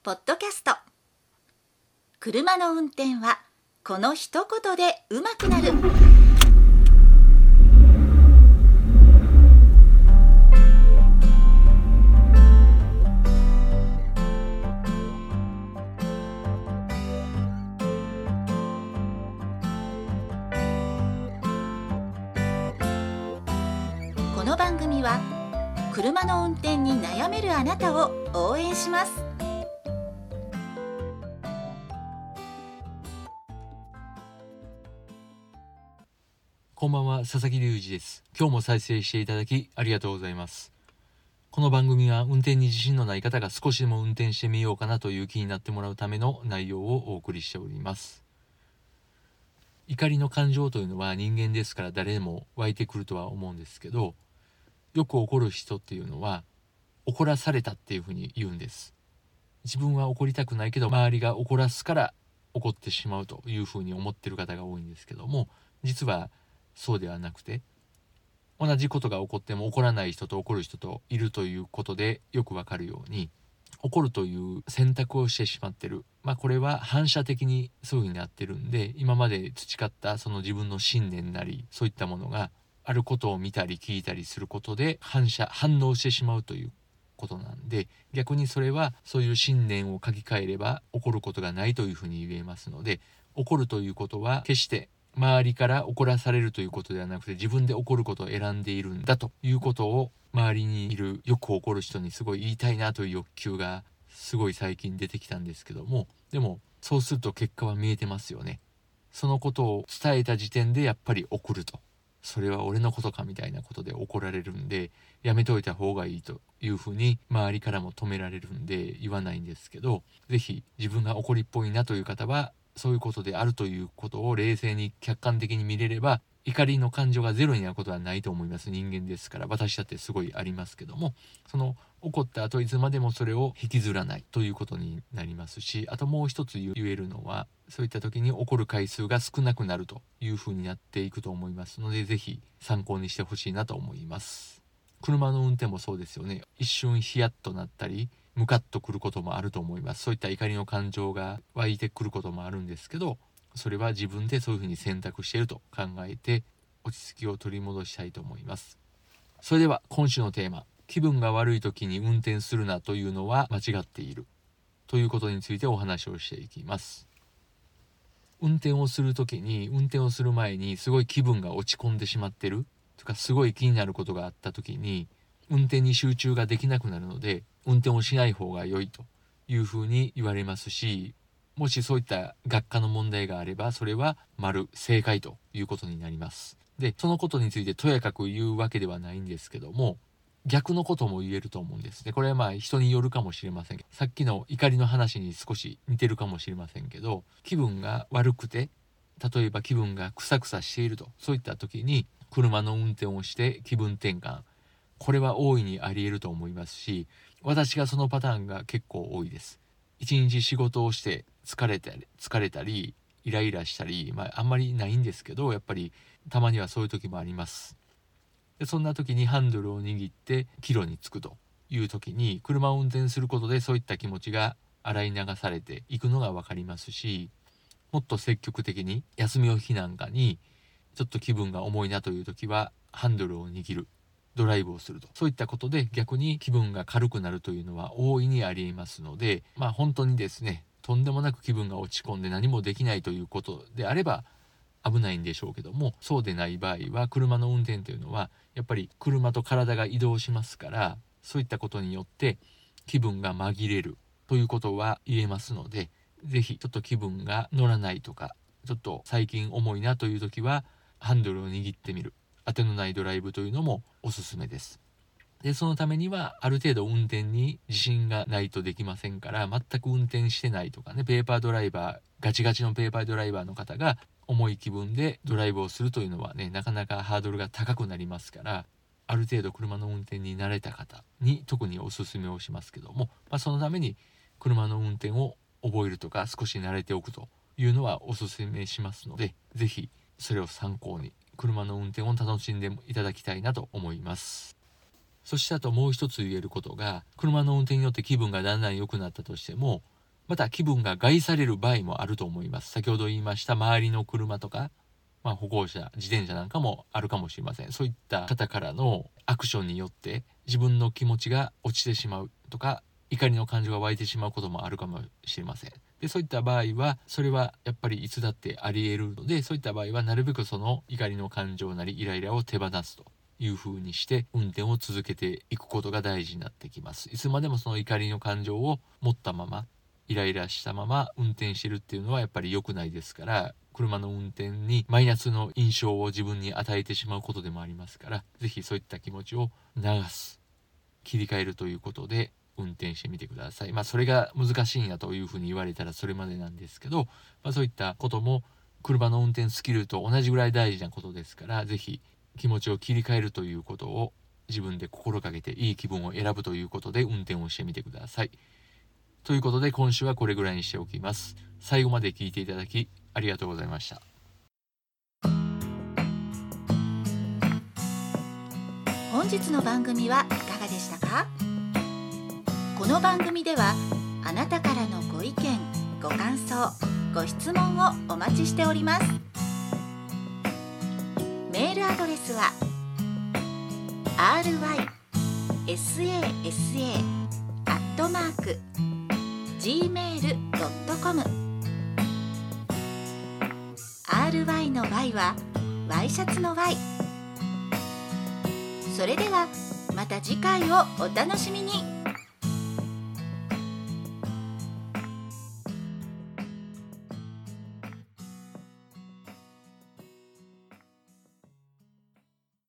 ポッドキャスト。車の運転はこの一言で上手くなる。この番組は車の運転に悩めるあなたを応援します。 こんばんは、佐々木隆二です。今日も再生していただきありがとうございます。この番組は運転に自信のない方が少しでも運転してみようかなという気になってもらうための内容をお送りしております。怒りの感情というのは人間ですから誰でも湧いてくるとは思うんですけど、よく怒る人っていうのは怒らされたっていうふうに言うんです。自分は怒りたくないけど周りが怒らすから怒ってしまうというふうに思ってる方が多いんですけども、実はそうではなくて、同じことが起こっても怒らない人と怒る人といるということでよくわかるように、怒るという選択をしてしまってる。これは反射的にそういうふうになってるんで、今まで培ったその自分の信念なりそういったものがあることを見たり聞いたりすることで反応してしまうということなんで、逆にそれはそういう信念を書き換えれば怒ることがないというふうに言えますので、怒るということは決して周りから怒らされるということではなくて、自分で怒ることを選んでいるんだということを周りにいるよく怒る人にすごい言いたいなという欲求がすごい最近出てきたんですけども、でもそうすると結果は見えてますよね。そのことを伝えた時点でやっぱり怒ると、それは俺のことかみたいなことで怒られるんで、やめといた方がいいというふうに周りからも止められるんで言わないんですけど、ぜひ自分が怒りっぽいなという方はそういうことであるということを冷静に客観的に見れれば、怒りの感情がゼロになることはないと思います。人間ですから。私だってすごいありますけども、その怒った後いつまでもそれを引きずらないということになりますし、あともう一つ言えるのは、そういった時に怒る回数が少なくなるというふうになっていくと思いますので、ぜひ参考にしてほしいなと思います。車の運転もそうですよね。一瞬ヒヤッとなったりムカッとくることもあると思います。そういった怒りの感情が湧いてくることもあるんですけど、それは自分でそういうふうに選択していると考えて落ち着きを取り戻したいと思います。それでは今週のテーマ、気分が悪い時に運転するなというのは間違っているということについてお話をしていきます。運転をする時に、運転をする前にすごい気分が落ち込んでしまってるとか、すごい気になることがあった時に運転に集中ができなくなるので、運転をしない方が良いというふうに言われますし、もしそういった学科の問題があればそれは正解ということになります。で、そのことについてとやかく言うわけではないんですけども、逆のことも言えると思うんですね。これは人によるかもしれません。さっきの怒りの話に少し似てるかもしれませんけど、気分が悪くて、例えば気分がクサクサしていると、そういった時に車の運転をして気分転換、これは大いにあり得ると思いますし、私がそのパターンが結構多いです。一日仕事をして疲れたりイライラしたり、あんまりないんですけど、やっぱりたまにはそういう時もあります。で、そんな時にハンドルを握って帰路に着くという時に、車を運転することでそういった気持ちが洗い流されていくのが分かりますし、もっと積極的に休みの日なんかにちょっと気分が重いなという時はハンドルを握る、ドライブをすると、そういったことで逆に気分が軽くなるというのは大いにありえますので、本当にですね、とんでもなく気分が落ち込んで何もできないということであれば危ないんでしょうけども、そうでない場合は車の運転というのはやっぱり車と体が移動しますから、そういったことによって気分が紛れるということは言えますので、ぜひちょっと気分が乗らないとか、ちょっと最近重いなという時はハンドルを握ってみる、当てのないドライブというのもおすすめです。で、そのためにはある程度運転に自信がないとできませんから、全く運転してないとかね、ガチガチのペーパードライバーの方が重い気分でドライブをするというのはね、なかなかハードルが高くなりますから、ある程度車の運転に慣れた方に特におすすめをしますけども、そのために車の運転を覚えるとか少し慣れておくというのはおすすめしますので、ぜひそれを参考に車の運転を楽しんでいただきたいなと思います。そしてあともう一つ言えることが、車の運転によって気分がだんだん良くなったとしても、 また気分が害される場合もあると思います。先ほど言いました周りの車とか、歩行者、自転車なんかもあるかもしれません。そういった方からのアクションによって自分の気持ちが落ちてしまうとか、怒りの感情が湧いてしまうこともあるかもしれません。でそういった場合はそれはやっぱりいつだってあり得るので、そういった場合はなるべくその怒りの感情なりイライラを手放すという風にして運転を続けていくことが大事になってきます。いつまでもその怒りの感情を持ったまま、イライラしたまま運転してるっていうのはやっぱり良くないですから、車の運転にマイナスの印象を自分に与えてしまうことでもありますから、ぜひそういった気持ちを流す、切り替えるということで運転してみてください。それが難しいんやというふうに言われたらそれまでなんですけど、そういったことも車の運転スキルと同じぐらい大事なことですから、ぜひ気持ちを切り替えるということを自分で心がけて、いい気分を選ぶということで運転をしてみてください。ということで今週はこれぐらいにしておきます。最後まで聞いていただきありがとうございました。 本日の番組はいかがでしたか？この番組ではあなたからのご意見、ご感想、ご質問をお待ちしております。メールアドレスは rysasa@gmail.com RY の Y はワイシャツの Y。それではまた次回をお楽しみに。